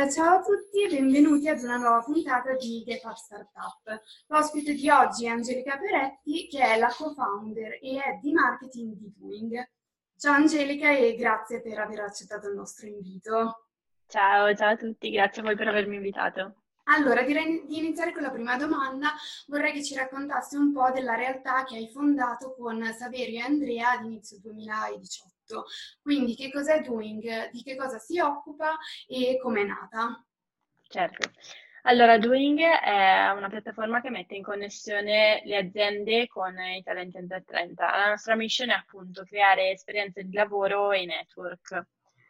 Ciao a tutti e benvenuti ad una nuova puntata di Get Up Startup. L'ospite di oggi è Angelica Peretti, che è la co-founder e head di marketing di Doing. Ciao Angelica e grazie per aver accettato il nostro invito. Ciao a tutti, grazie a voi per avermi invitato. Allora, direi di iniziare con la prima domanda. Vorrei che ci raccontassi un po' della realtà che hai fondato con Saverio e Andrea ad inizio 2018. Quindi, che cos'è Doing, di che cosa si occupa e com'è nata? Certo. Allora, Doing è una piattaforma che mette in connessione le aziende con i talenti under 30. La nostra mission è appunto creare esperienze di lavoro e network.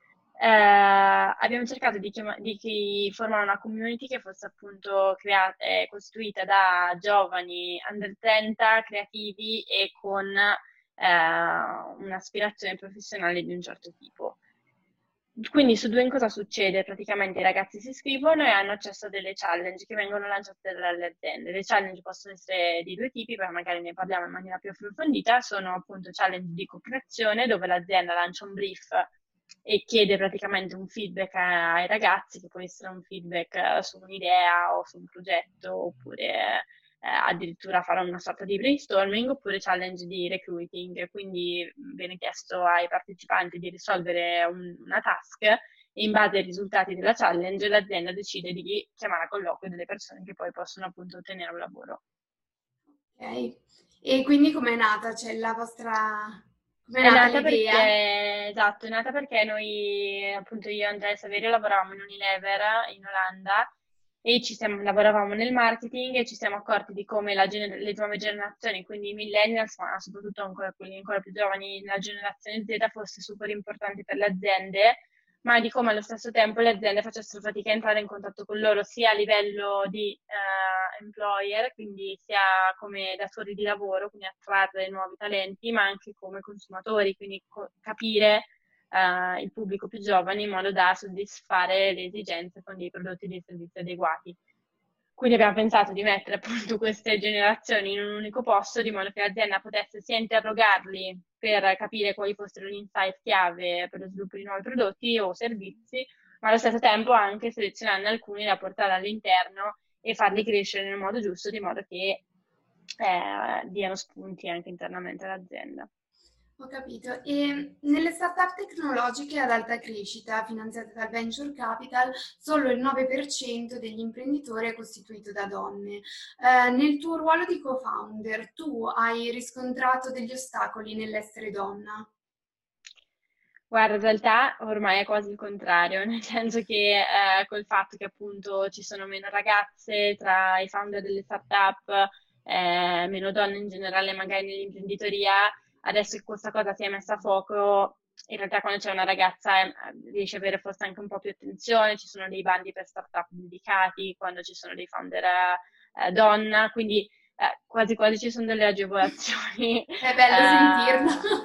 Abbiamo cercato di formare una community che fosse appunto costituita da giovani under 30, creativi e con un'aspirazione professionale di un certo tipo. Quindi su Duin cosa succede? Praticamente i ragazzi si iscrivono e hanno accesso a delle challenge che vengono lanciate dalle aziende. Le challenge possono essere di due tipi, poi magari ne parliamo in maniera più approfondita. Sono appunto challenge di co-creazione, dove l'azienda lancia un brief e chiede praticamente un feedback ai ragazzi, che può essere un feedback su un'idea o su un progetto, oppure addirittura fare una sorta di brainstorming, oppure challenge di recruiting. Quindi viene chiesto ai partecipanti di risolvere una task e in base ai risultati della challenge l'azienda decide di chiamare a colloquio delle persone che poi possono appunto ottenere un lavoro. Ok. E quindi com'è nata? Cioè, la vostra... com'è È nata nata l'idea? perché, esatto, è nata perché noi, appunto io, Andrea e Saverio, lavoravamo in Unilever in Olanda e lavoravamo nel marketing e ci siamo accorti di come le nuove generazioni, quindi i millennials, ma soprattutto ancora quelli ancora più giovani, la generazione Z, fosse super importante per le aziende, ma di come allo stesso tempo le aziende facessero fatica a entrare in contatto con loro sia a livello di employer, quindi sia come datori di lavoro, quindi attrarre nuovi talenti, ma anche come consumatori, quindi capire il pubblico più giovane in modo da soddisfare le esigenze con dei prodotti e dei servizi adeguati. Quindi abbiamo pensato di mettere appunto queste generazioni in un unico posto, di modo che l'azienda potesse sia interrogarli per capire quali fossero gli insight chiave per lo sviluppo di nuovi prodotti o servizi, ma allo stesso tempo anche selezionarne alcuni da portare all'interno e farli crescere nel modo giusto, di modo che diano spunti anche internamente all'azienda. Ho capito. E nelle startup tecnologiche ad alta crescita, finanziate dal venture capital, solo il 9% degli imprenditori è costituito da donne. Nel tuo ruolo di co-founder, tu hai riscontrato degli ostacoli nell'essere donna? Guarda, in realtà ormai è quasi il contrario, nel senso che col fatto che appunto ci sono meno ragazze tra i founder delle startup, meno donne in generale magari nell'imprenditoria, adesso che questa cosa si è messa a fuoco, in realtà quando c'è una ragazza riesce ad avere forse anche un po' più attenzione, ci sono dei bandi per startup dedicati, quando ci sono dei founder donna, quindi quasi quasi ci sono delle agevolazioni. È bello sentirlo.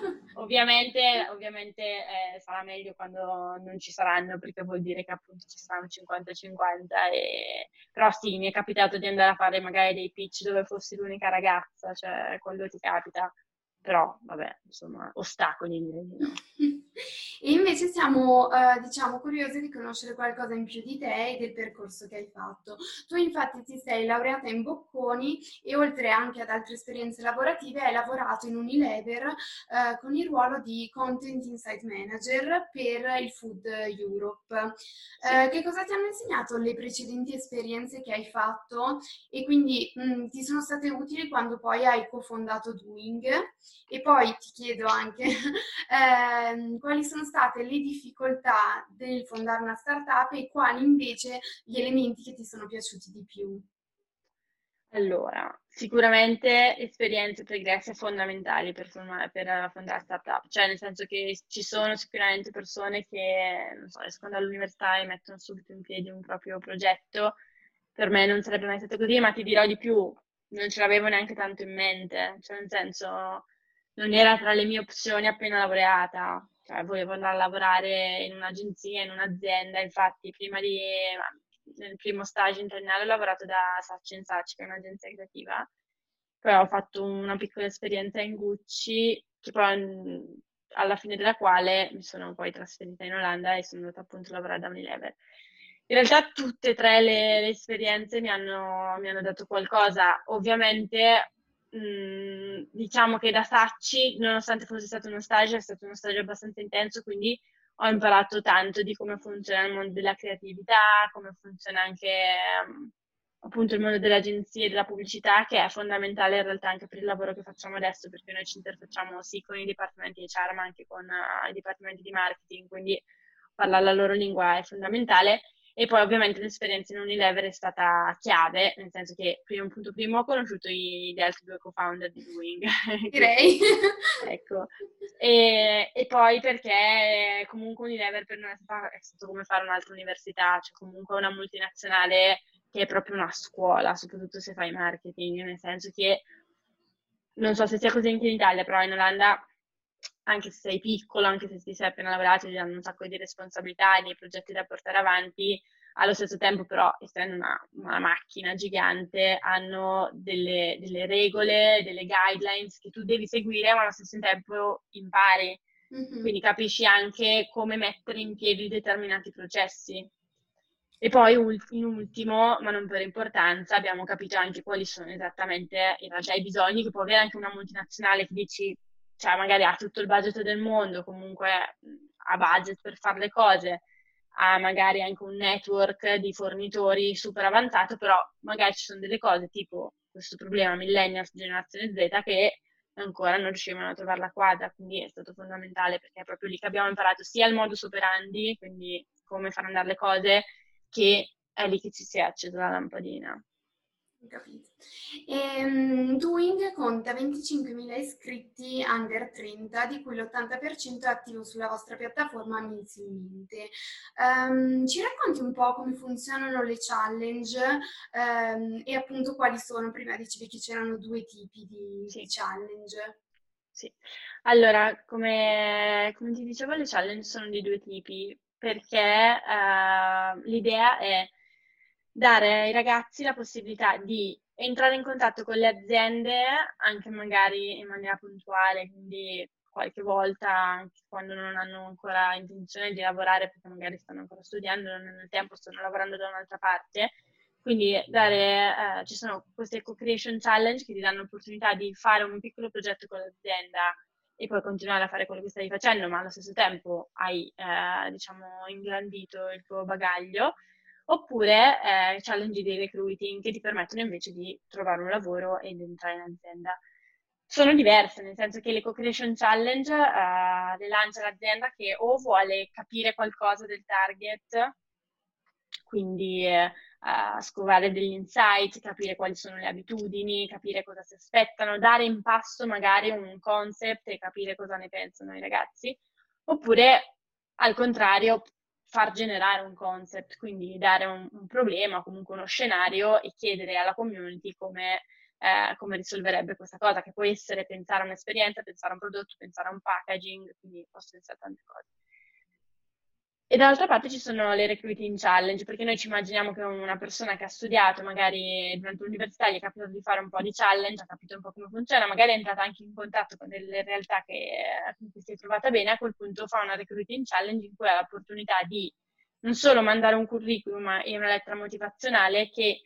Ovviamente sarà meglio quando non ci saranno, perché vuol dire che appunto ci saranno 50-50. Però sì, mi è capitato di andare a fare magari dei pitch dove fossi l'unica ragazza, cioè quello ti capita. Però, vabbè, insomma, ostacoli direi di no. E invece siamo, diciamo, curiosi di conoscere qualcosa in più di te e del percorso che hai fatto. Tu infatti ti sei laureata in Bocconi e oltre anche ad altre esperienze lavorative hai lavorato in Unilever, con il ruolo di Content Insight Manager per il Food Europe. Sì. Che cosa ti hanno insegnato le precedenti esperienze che hai fatto e quindi ti sono state utili quando poi hai cofondato Doing? E poi ti chiedo anche quali sono state le difficoltà del fondare una startup e quali invece gli elementi che ti sono piaciuti di più. Allora, sicuramente esperienze pregresse fondamentali per fondare startup, cioè nel senso che ci sono sicuramente persone che, non so, escono dall'università e mettono subito in piedi un proprio progetto. Per me non sarebbe mai stato così, ma ti dirò di più, non ce l'avevo neanche tanto in mente, cioè nel senso non era tra le mie opzioni appena laureata, cioè volevo andare a lavorare in un'agenzia, in un'azienda, infatti nel primo stage interinale ho lavorato da Saatchi Saatchi, che è un'agenzia creativa, poi ho fatto una piccola esperienza in Gucci, che poi alla fine della quale mi sono poi trasferita in Olanda e sono andata appunto a lavorare da Unilever. In realtà tutte e tre le esperienze mi hanno dato qualcosa. Ovviamente, diciamo che da Sacci, nonostante fosse stato uno stage, è stato uno stage abbastanza intenso, quindi ho imparato tanto di come funziona il mondo della creatività, come funziona anche appunto il mondo delle agenzie e della pubblicità, che è fondamentale in realtà anche per il lavoro che facciamo adesso, perché noi ci interfacciamo sì con i dipartimenti di HR, ma anche con i dipartimenti di marketing, quindi parlare la loro lingua è fondamentale. E poi ovviamente l'esperienza in Unilever è stata chiave, nel senso che punto primo ho conosciuto gli altri due co-founder di Doing, quindi Direi. ecco. E poi perché comunque Unilever per noi è stato come fare un'altra università, cioè comunque una multinazionale che è proprio una scuola, soprattutto se fai marketing, nel senso che non so se sia così anche in Italia, però in Olanda, anche se sei piccolo, anche se ti sei appena laureato, ti danno un sacco di responsabilità e dei progetti da portare avanti, allo stesso tempo però, essendo una macchina gigante, hanno delle regole, delle guidelines che tu devi seguire, ma allo stesso tempo impari. Mhm. Quindi capisci anche come mettere in piedi determinati processi. E poi, in ultimo, ma non per importanza, abbiamo capito anche quali sono esattamente in realtà i bisogni che può avere anche una multinazionale che dici, cioè magari ha tutto il budget del mondo, comunque ha budget per fare le cose, ha magari anche un network di fornitori super avanzato, però magari ci sono delle cose tipo questo problema millennials, generazione Z, che ancora non riuscivano a trovare la quadra, quindi è stato fondamentale perché è proprio lì che abbiamo imparato sia il modus operandi, quindi come far andare le cose, che è lì che ci si è accesa la lampadina. Ho capito. Doing conta 25.000 iscritti under 30, di cui l'80% è attivo sulla vostra piattaforma mensilmente. Ci racconti un po' come funzionano le challenge, e appunto quali sono? Prima dicevi che c'erano due tipi di Sì, challenge. sì. Allora, come ti dicevo, le challenge sono di due tipi, perché l'idea è dare ai ragazzi la possibilità di entrare in contatto con le aziende, anche magari in maniera puntuale, quindi qualche volta, anche quando non hanno ancora intenzione di lavorare, perché magari stanno ancora studiando, non hanno il tempo, stanno lavorando da un'altra parte. Quindi ci sono queste co-creation challenge che ti danno l'opportunità di fare un piccolo progetto con l'azienda e poi continuare a fare quello che stavi facendo, ma allo stesso tempo hai, diciamo, ingrandito il tuo bagaglio. Oppure challenge di recruiting che ti permettono invece di trovare un lavoro ed entrare in azienda. Sono diverse, nel senso che le co-creation challenge le lancia l'azienda che o vuole capire qualcosa del target, quindi scovare degli insight, capire quali sono le abitudini, capire cosa si aspettano, dare in pasto magari un concept e capire cosa ne pensano i ragazzi, oppure al contrario far generare un concept, quindi dare un problema, comunque uno scenario e chiedere alla community come risolverebbe questa cosa, che può essere pensare a un'esperienza, pensare a un prodotto, pensare a un packaging, quindi posso pensare a tante cose. E dall'altra parte ci sono le recruiting challenge, perché noi ci immaginiamo che una persona che ha studiato, magari durante l'università, gli è capitato di fare un po' di challenge, ha capito un po' come funziona, magari è entrata anche in contatto con delle realtà con cui si è trovata bene, a quel punto fa una recruiting challenge in cui ha l'opportunità di non solo mandare un curriculum e una lettera motivazionale che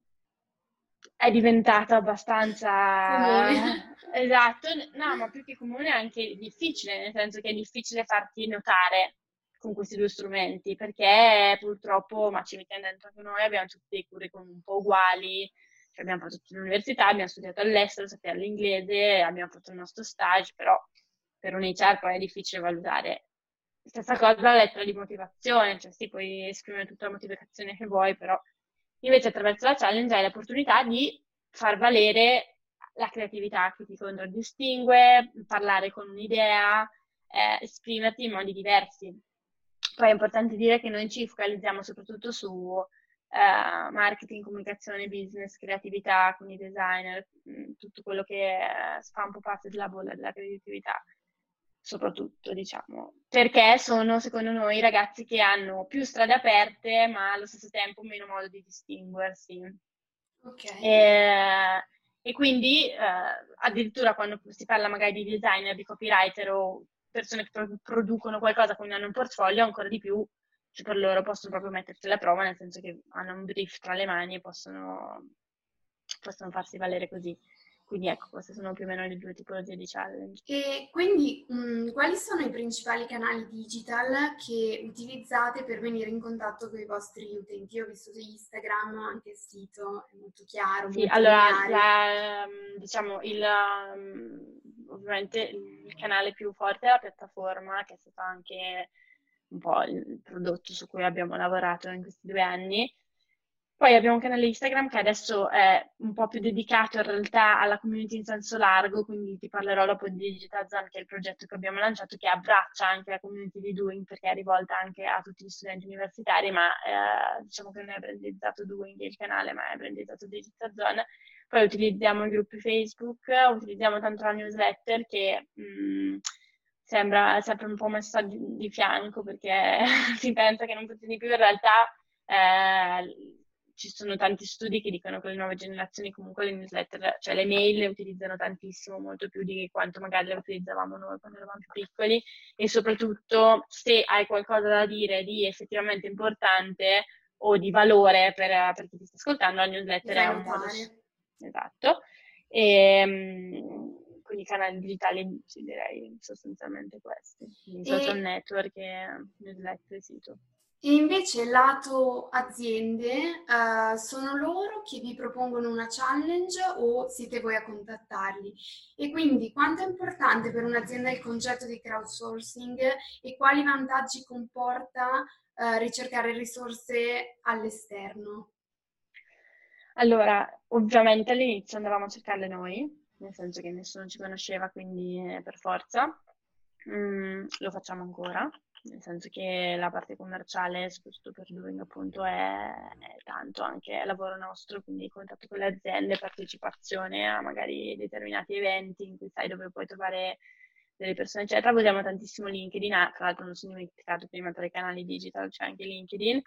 è diventato Comune. abbastanza esatto, no, ma più che comune è anche difficile, nel senso che è difficile farti notare con questi due strumenti, perché purtroppo, ma ci mettiamo dentro anche noi, abbiamo tutti dei curriculum un po' uguali, cioè abbiamo fatto tutta l'università, abbiamo studiato all'estero, sappiamo l'inglese, abbiamo fatto il nostro stage, però per un HR poi è difficile valutare. Stessa cosa la lettera di motivazione, cioè sì, puoi esprimere tutta la motivazione che vuoi, però invece attraverso la challenge hai l'opportunità di far valere la creatività che ti contraddistingue, parlare con un'idea, esprimerti in modi diversi. Poi è importante dire che noi ci focalizziamo soprattutto su marketing, comunicazione, business, creatività, quindi designer, tutto quello che fa un po' parte della bolla della creatività, soprattutto, diciamo, perché sono, secondo noi, ragazzi che hanno più strade aperte, ma allo stesso tempo meno modo di distinguersi. Ok. E, e quindi addirittura quando si parla magari di designer, di copywriter o persone che producono qualcosa, quindi hanno un portfolio, ancora di più per loro possono proprio mettersi alla prova, nel senso che hanno un brief tra le mani e possono farsi valere così. Quindi ecco, queste sono più o meno le due tipologie di challenge. E quindi, quali sono i principali canali digital che utilizzate per venire in contatto con i vostri utenti? Io ho visto su Instagram, anche il sito è molto chiaro, Sì, molto allora, lineare. diciamo, ovviamente il canale più forte è la piattaforma, che è stata anche un po' il prodotto su cui abbiamo lavorato in questi 2 anni. Poi abbiamo un canale Instagram che adesso è un po' più dedicato in realtà alla community in senso largo, quindi ti parlerò dopo di Digital Zone, che è il progetto che abbiamo lanciato, che abbraccia anche la community di Doing, perché è rivolta anche a tutti gli studenti universitari, ma diciamo che non è brandizzato Doing il canale, ma è brandizzato Digital Zone. Poi utilizziamo i gruppi Facebook, utilizziamo tanto la newsletter che sembra sempre un po' messa di fianco perché si pensa che non funzioni più, in realtà ci sono tanti studi che dicono che le nuove generazioni comunque le newsletter, cioè le mail le utilizzano tantissimo, molto più di quanto magari le utilizzavamo noi quando eravamo più piccoli, e soprattutto se hai qualcosa da dire di effettivamente importante o di valore per chi ti sta ascoltando, la Ti newsletter è fai un modo. notare. Esatto. E, quindi i canali digitali ci direi sostanzialmente questi, quindi social E network, newsletter e sito. E invece lato aziende, sono loro che vi propongono una challenge o siete voi a contattarli? E quindi quanto è importante per un'azienda il concetto di crowdsourcing e quali vantaggi comporta, ricercare risorse all'esterno? Allora, ovviamente all'inizio andavamo a cercarle noi, nel senso che nessuno ci conosceva, quindi per forza. Lo facciamo ancora, nel senso che la parte commerciale, soprattutto per Doing, appunto, è tanto anche lavoro nostro, quindi contatto con le aziende, partecipazione a magari determinati eventi in cui sai dove puoi trovare delle persone, eccetera. Usiamo tantissimo LinkedIn, tra l'altro non sono dimenticato prima tra i canali digital, c'è anche LinkedIn.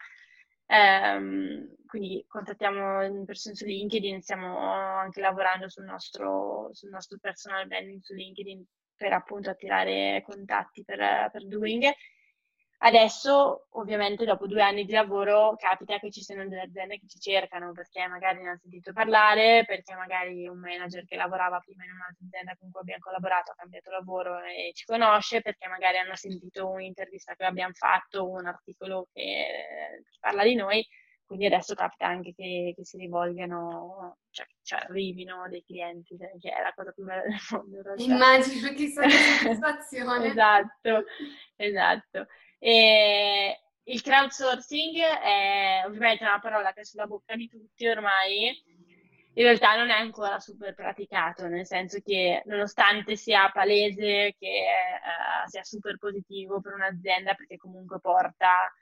Quindi contattiamo in persone su LinkedIn, stiamo anche lavorando sul nostro personal branding su LinkedIn per appunto attirare contatti per Doing. Adesso, ovviamente, dopo 2 anni di lavoro, capita che ci siano delle aziende che ci cercano perché magari ne hanno sentito parlare, perché magari un manager che lavorava prima in un'altra azienda con cui abbiamo collaborato ha cambiato lavoro e ci conosce, perché magari hanno sentito un'intervista che abbiamo fatto, un articolo che parla di noi. Quindi adesso capita anche che si rivolgano, cioè arrivino dei clienti, che è la cosa più bella del mondo in realtà. Immagino chissà che soddisfazione. Esatto, esatto. E il crowdsourcing è ovviamente una parola che è sulla bocca di tutti ormai, in realtà non è ancora super praticato, nel senso che nonostante sia palese che sia super positivo per un'azienda perché comunque porta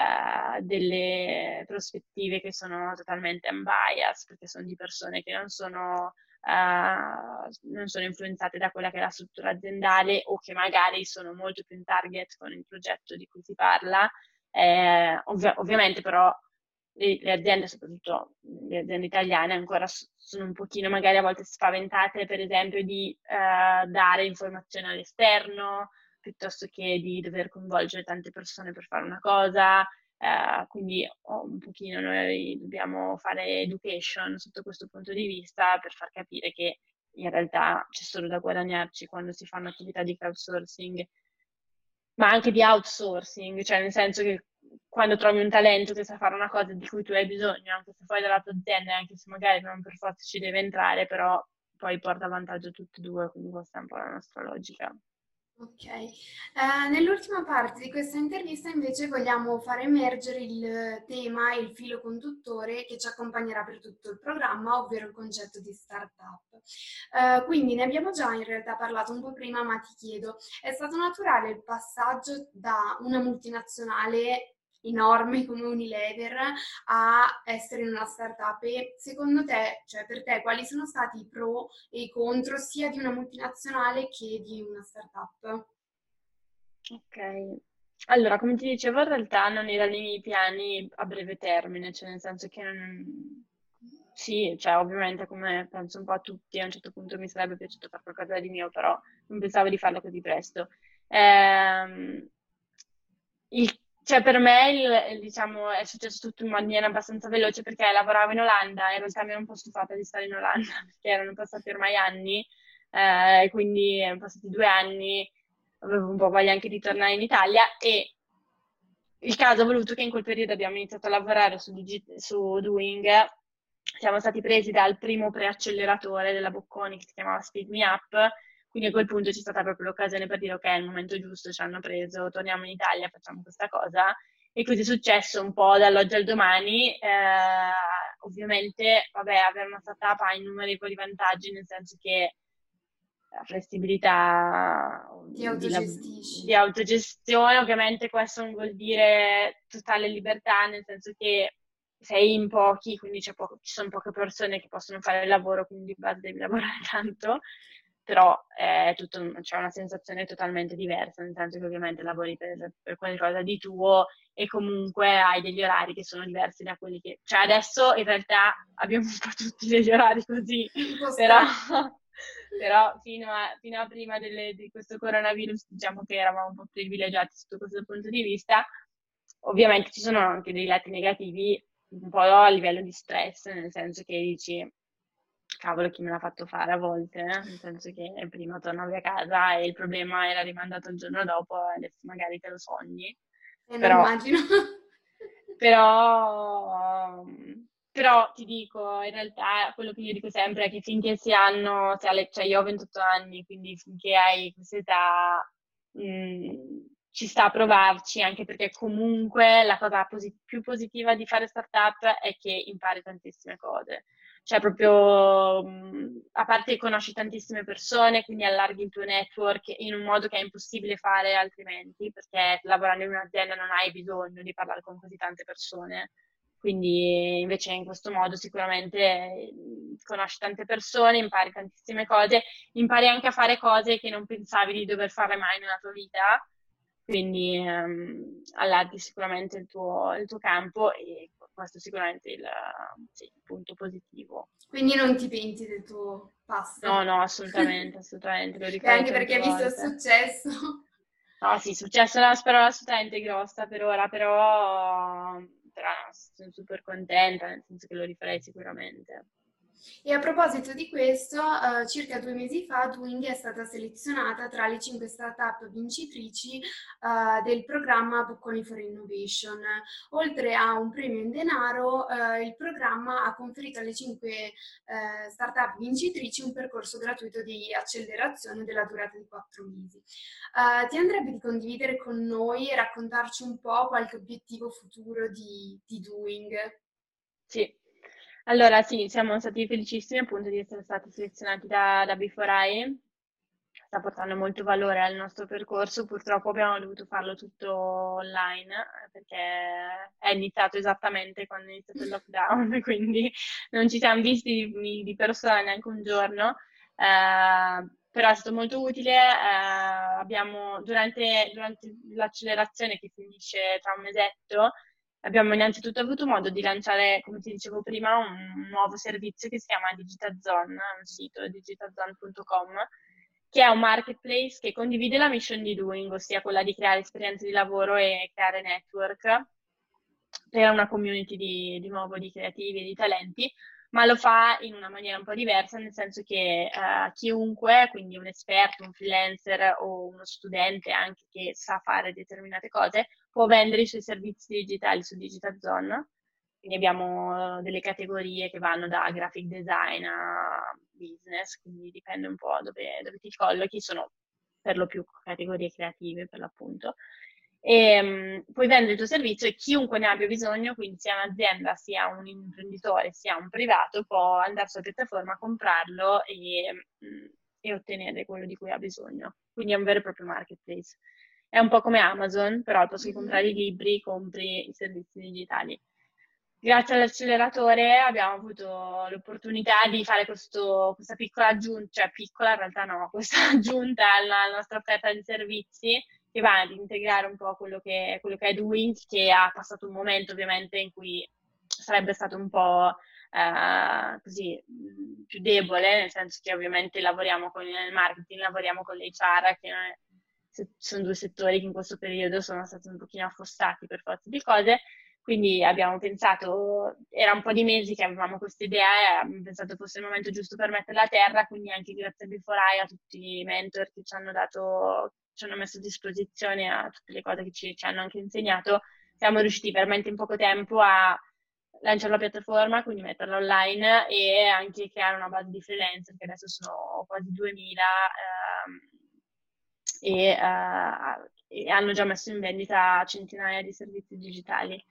delle prospettive che sono totalmente unbiased, perché sono di persone che non sono influenzate da quella che è la struttura aziendale o che magari sono molto più in target con il progetto di cui si parla. Ovviamente però le aziende, soprattutto le aziende italiane, ancora sono un pochino magari a volte spaventate, per esempio, di dare informazioni all'esterno, piuttosto che di dover coinvolgere tante persone per fare una cosa. Quindi un pochino noi dobbiamo fare education sotto questo punto di vista per far capire che in realtà c'è solo da guadagnarci quando si fanno attività di crowdsourcing, ma anche di outsourcing, cioè nel senso che quando trovi un talento che sa fare una cosa di cui tu hai bisogno, anche se poi dalla tua azienda, anche se magari non per forza ci deve entrare, però poi porta vantaggio a tutti e due, quindi questa è un po' la nostra logica. Ok, nell'ultima parte di questa intervista invece vogliamo far emergere il tema e il filo conduttore che ci accompagnerà per tutto il programma, ovvero il concetto di startup. Quindi ne abbiamo già in realtà parlato un po' prima, ma ti chiedo, è stato naturale il passaggio da una multinazionale enorme come Unilever a essere in una startup e secondo te, cioè per te, quali sono stati i pro e i contro sia di una multinazionale che di una startup? Ok, allora come ti dicevo, in realtà non era nei miei piani a breve termine, cioè nel senso che sì, cioè ovviamente come penso un po' a tutti, a un certo punto mi sarebbe piaciuto fare qualcosa di mio, però non pensavo di farlo così presto. Ehm, il cioè per me diciamo, è successo tutto in maniera abbastanza veloce perché lavoravo in Olanda e in realtà mi ero un po' stufata di stare in Olanda perché erano passati ormai anni, e quindi erano passati 2 anni, avevo un po' voglia anche di tornare in Italia e il caso ha voluto che in quel periodo abbiamo iniziato a lavorare su Doing, siamo stati presi dal primo preacceleratore della Bocconi che si chiamava Speed Me Up, quindi a quel punto c'è stata proprio l'occasione per dire ok, è il momento giusto, ci hanno preso, torniamo in Italia, facciamo questa cosa. E così è successo un po' dall'oggi al domani. Ovviamente, vabbè, avere una startup ha innumerevoli vantaggi, nel senso che la flessibilità Ti di autogestisci. autogestione, ovviamente questo non vuol dire totale libertà, nel senso che sei in pochi, quindi ci sono poche persone che possono fare il lavoro, quindi di base devi lavorare tanto, però c'è una sensazione totalmente diversa, nel senso che ovviamente lavori per qualcosa di tuo e comunque hai degli orari che sono diversi da quelli che... Cioè adesso in realtà abbiamo un po' tutti degli orari così, Un po' però, strano. però fino a prima di questo coronavirus diciamo che eravamo un po' privilegiati sotto questo punto di vista. Ovviamente ci sono anche dei lati negativi, un po' a livello di stress, nel senso che dici, cavolo, chi me l'ha fatto fare a volte, eh? Nel senso che prima tornavi a casa e il problema era rimandato il giorno dopo, adesso magari te lo sogni, E lo però immagino. però, però ti dico, in realtà quello che io dico sempre è che finché si hanno, cioè io ho 28 anni, quindi finché hai questa età, ci sta a provarci, anche perché comunque la cosa più positiva di fare startup è che impari tantissime cose. Cioè proprio, a parte che conosci tantissime persone, quindi allarghi il tuo network in un modo che è impossibile fare altrimenti, perché lavorando in un'azienda non hai bisogno di parlare con così tante persone. Quindi invece in questo modo sicuramente conosci tante persone, impari tantissime cose, impari anche a fare cose che non pensavi di dover fare mai nella tua vita, quindi allarghi sicuramente il tuo campo e questo è sicuramente sì, il punto positivo. Quindi non ti penti del tuo No, passo. no, assolutamente, assolutamente, lo Beh, rifarei anche 100 perché visto il volte. successo. No, sì, successo è una parola assolutamente grossa per ora, però sono super contenta, nel senso che lo rifarei sicuramente. E a proposito di questo, circa 2 mesi fa Doing è stata selezionata tra le 5 startup vincitrici del programma Bocconi for Innovation. Oltre a un premio in denaro, il programma ha conferito alle 5 startup vincitrici un percorso gratuito di accelerazione della durata di 4 mesi. Ti andrebbe di condividere con noi e raccontarci un po' qualche obiettivo futuro di Doing? Sì, allora sì, siamo stati felicissimi appunto di essere stati selezionati da Before. Sta portando molto valore al nostro percorso, purtroppo abbiamo dovuto farlo tutto online perché è iniziato esattamente quando è iniziato il lockdown, quindi non ci siamo visti di persona neanche un giorno, però è stato molto utile. Durante l'accelerazione che finisce tra un mesetto, abbiamo innanzitutto avuto modo di lanciare, come ti dicevo prima, un nuovo servizio che si chiama Digitazone, un sito digitazone.com, che è un marketplace che condivide la mission di Doing, ossia quella di creare esperienze di lavoro e creare network per una community di nuovo di creativi e di talenti, ma lo fa in una maniera un po' diversa, nel senso che chiunque, quindi un esperto, un freelancer o uno studente anche che sa fare determinate cose, può vendere i suoi servizi digitali su Digitazone. Quindi abbiamo delle categorie che vanno da graphic design a business, quindi dipende un po' dove ti collochi, sono per lo più categorie creative per l'appunto. E puoi vendere il tuo servizio e chiunque ne abbia bisogno, quindi sia un'azienda, sia un imprenditore, sia un privato, può andare sulla piattaforma, comprarlo e ottenere quello di cui ha bisogno. Quindi è un vero e proprio marketplace. È un po' come Amazon, però al posto di comprare Mhm. i libri, compri i servizi digitali. Grazie all'acceleratore abbiamo avuto l'opportunità di fare questa piccola aggiunta, cioè piccola in realtà no, questa aggiunta alla nostra offerta di servizi che va ad integrare un po' quello che è Doing, che ha passato un momento ovviamente in cui sarebbe stato un po' così più debole, nel senso che ovviamente lavoriamo con il marketing, lavoriamo con l'HR, che sono due settori che in questo periodo sono stati un pochino affossati per forza di cose, quindi abbiamo pensato, era un po' di mesi che avevamo questa idea e abbiamo pensato fosse il momento giusto per metterla a terra, quindi anche grazie a Before I, a tutti i mentor che ci hanno dato, ci hanno messo a disposizione, a tutte le cose che ci hanno anche insegnato, siamo riusciti veramente in poco tempo a lanciare la piattaforma, quindi metterla online e anche creare una base di freelancer, che adesso sono quasi 2000 e hanno già messo in vendita centinaia di servizi digitali.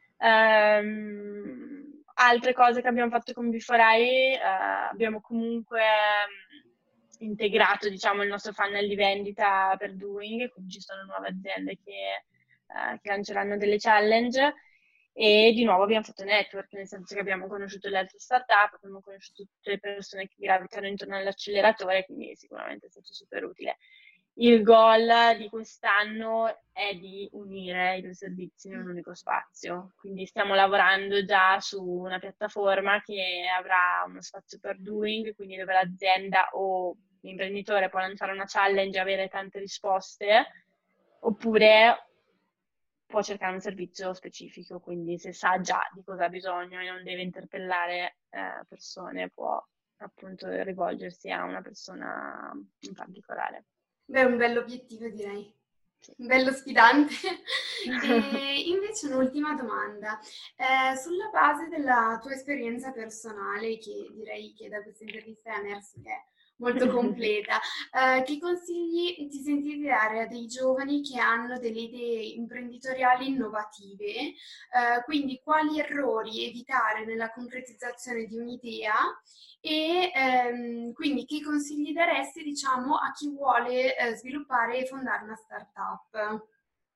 Altre cose che abbiamo fatto con Before I, abbiamo comunque integrato, diciamo, il nostro funnel di vendita per Doing, quindi ci sono nuove aziende che lanceranno delle challenge e di nuovo abbiamo fatto network, nel senso che abbiamo conosciuto le altre startup, abbiamo conosciuto tutte le persone che gravitano intorno all'acceleratore, quindi sicuramente è stato super utile. Il goal di quest'anno è di unire i due servizi in un unico spazio, quindi stiamo lavorando già su una piattaforma che avrà uno spazio per Doing, quindi dove l'azienda o l'imprenditore può lanciare una challenge e avere tante risposte, oppure può cercare un servizio specifico, quindi se sa già di cosa ha bisogno e non deve interpellare persone, può appunto rivolgersi a una persona in particolare. Beh, è un bell'obiettivo, direi. Sì. Bello sfidante. E invece un'ultima domanda. Sulla base della tua esperienza personale, che direi che da questa intervista è emerso che è molto completa, che consigli ti senti di dare a dei giovani che hanno delle idee imprenditoriali innovative? Quindi quali errori evitare nella concretizzazione di un'idea? E quindi che consigli daresti, diciamo, a chi vuole sviluppare e fondare una startup?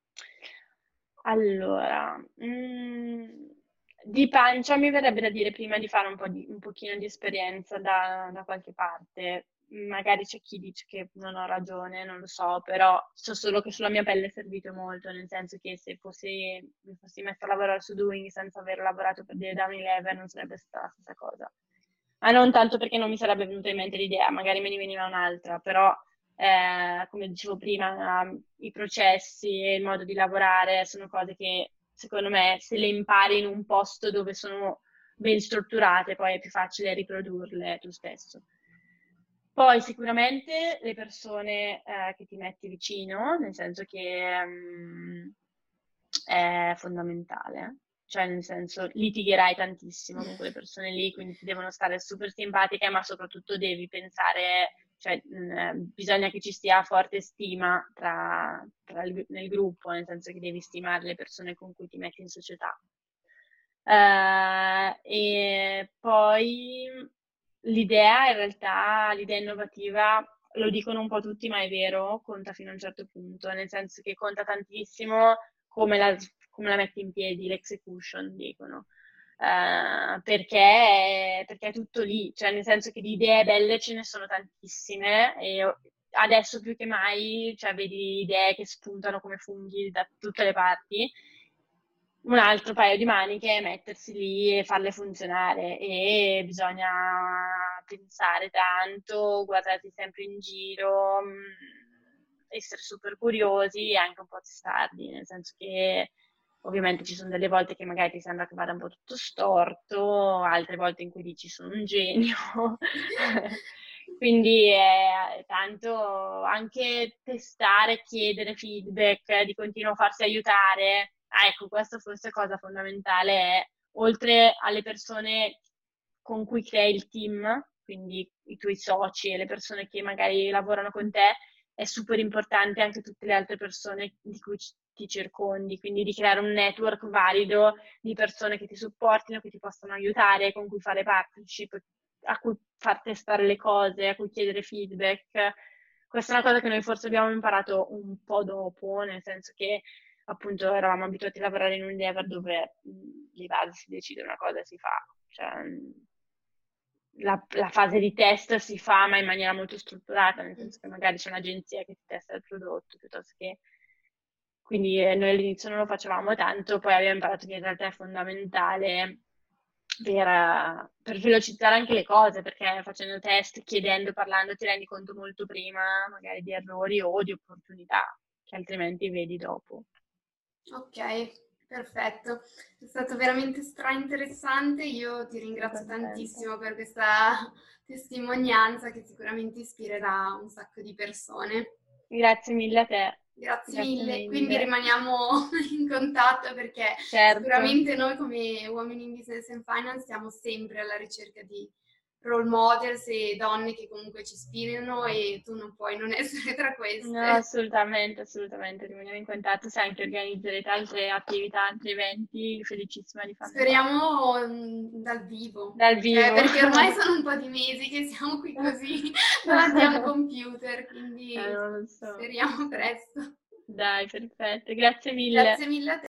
Allora, di pancia mi verrebbe da dire prima di fare un pochino di esperienza da qualche parte. Magari c'è chi dice che non ho ragione, non lo so, però so solo che sulla mia pelle è servito molto, nel senso che se mi fossi messa a lavorare su Doing senza aver lavorato per dire da Unilever non sarebbe stata la stessa cosa. Ma non tanto perché non mi sarebbe venuta in mente l'idea, magari me ne veniva un'altra, però come dicevo prima, i processi e il modo di lavorare sono cose che secondo me se le impari in un posto dove sono ben strutturate, poi è più facile riprodurle tu stesso. Poi sicuramente le persone che ti metti vicino, nel senso che è fondamentale, cioè nel senso litigherai tantissimo con quelle persone lì, quindi ti devono stare super simpatiche, ma soprattutto devi pensare, cioè bisogna che ci sia forte stima nel gruppo, nel senso che devi stimare le persone con cui ti metti in società. E poi l'idea, in realtà, l'idea innovativa, lo dicono un po' tutti, ma è vero, conta fino a un certo punto, nel senso che conta tantissimo come la metti in piedi, l'execution, dicono. Perché è tutto lì, cioè nel senso che di idee belle ce ne sono tantissime e adesso più che mai, cioè, vedi idee che spuntano come funghi da tutte le parti. Un altro paio di maniche è mettersi lì e farle funzionare e bisogna pensare tanto, guardarsi sempre in giro, essere super curiosi e anche un po' testardi, nel senso che ovviamente ci sono delle volte che magari ti sembra che vada un po' tutto storto, altre volte in cui dici sono un genio. Quindi è tanto anche testare, chiedere feedback, di continuo farsi aiutare. Ah, ecco, questa forse cosa fondamentale è, oltre alle persone con cui crei il team, quindi i tuoi soci e le persone che magari lavorano con te, è super importante anche tutte le altre persone di cui ti circondi, quindi di creare un network valido di persone che ti supportino, che ti possano aiutare, con cui fare partnership, a cui far testare le cose, a cui chiedere feedback. Questa è una cosa che noi forse abbiamo imparato un po' dopo, nel senso che appunto eravamo abituati a lavorare in un lever dove di base si decide una cosa e si fa. Cioè, la fase di test si fa ma in maniera molto strutturata, nel senso che magari c'è un'agenzia che ti testa il prodotto piuttosto che... Quindi noi all'inizio non lo facevamo tanto, poi abbiamo imparato che in realtà è fondamentale per velocizzare anche le cose, perché facendo test, chiedendo, parlando, ti rendi conto molto prima magari di errori o di opportunità, che altrimenti vedi dopo. Ok, perfetto. È stato veramente stra interessante. Io ti Sono ringrazio contenta. tantissimo per questa testimonianza che sicuramente ispirerà un sacco di persone. Grazie mille a te, Grazie grazie mille. Quindi mille. rimaniamo in contatto perché Certo. sicuramente noi come uomini in business and finance siamo sempre alla ricerca di role models e donne che comunque ci ispirino e tu non puoi non essere tra No, queste. assolutamente, assolutamente, rimaniamo in contatto. Se anche organizzerete altre attività, altri eventi, felicissima di farne parte. Speriamo dal vivo, Dal cioè, vivo. perché ormai sono un po' di mesi che siamo qui così davanti a un computer, quindi Non lo so. speriamo presto. Dai, perfetto. Grazie mille. Grazie mille a te.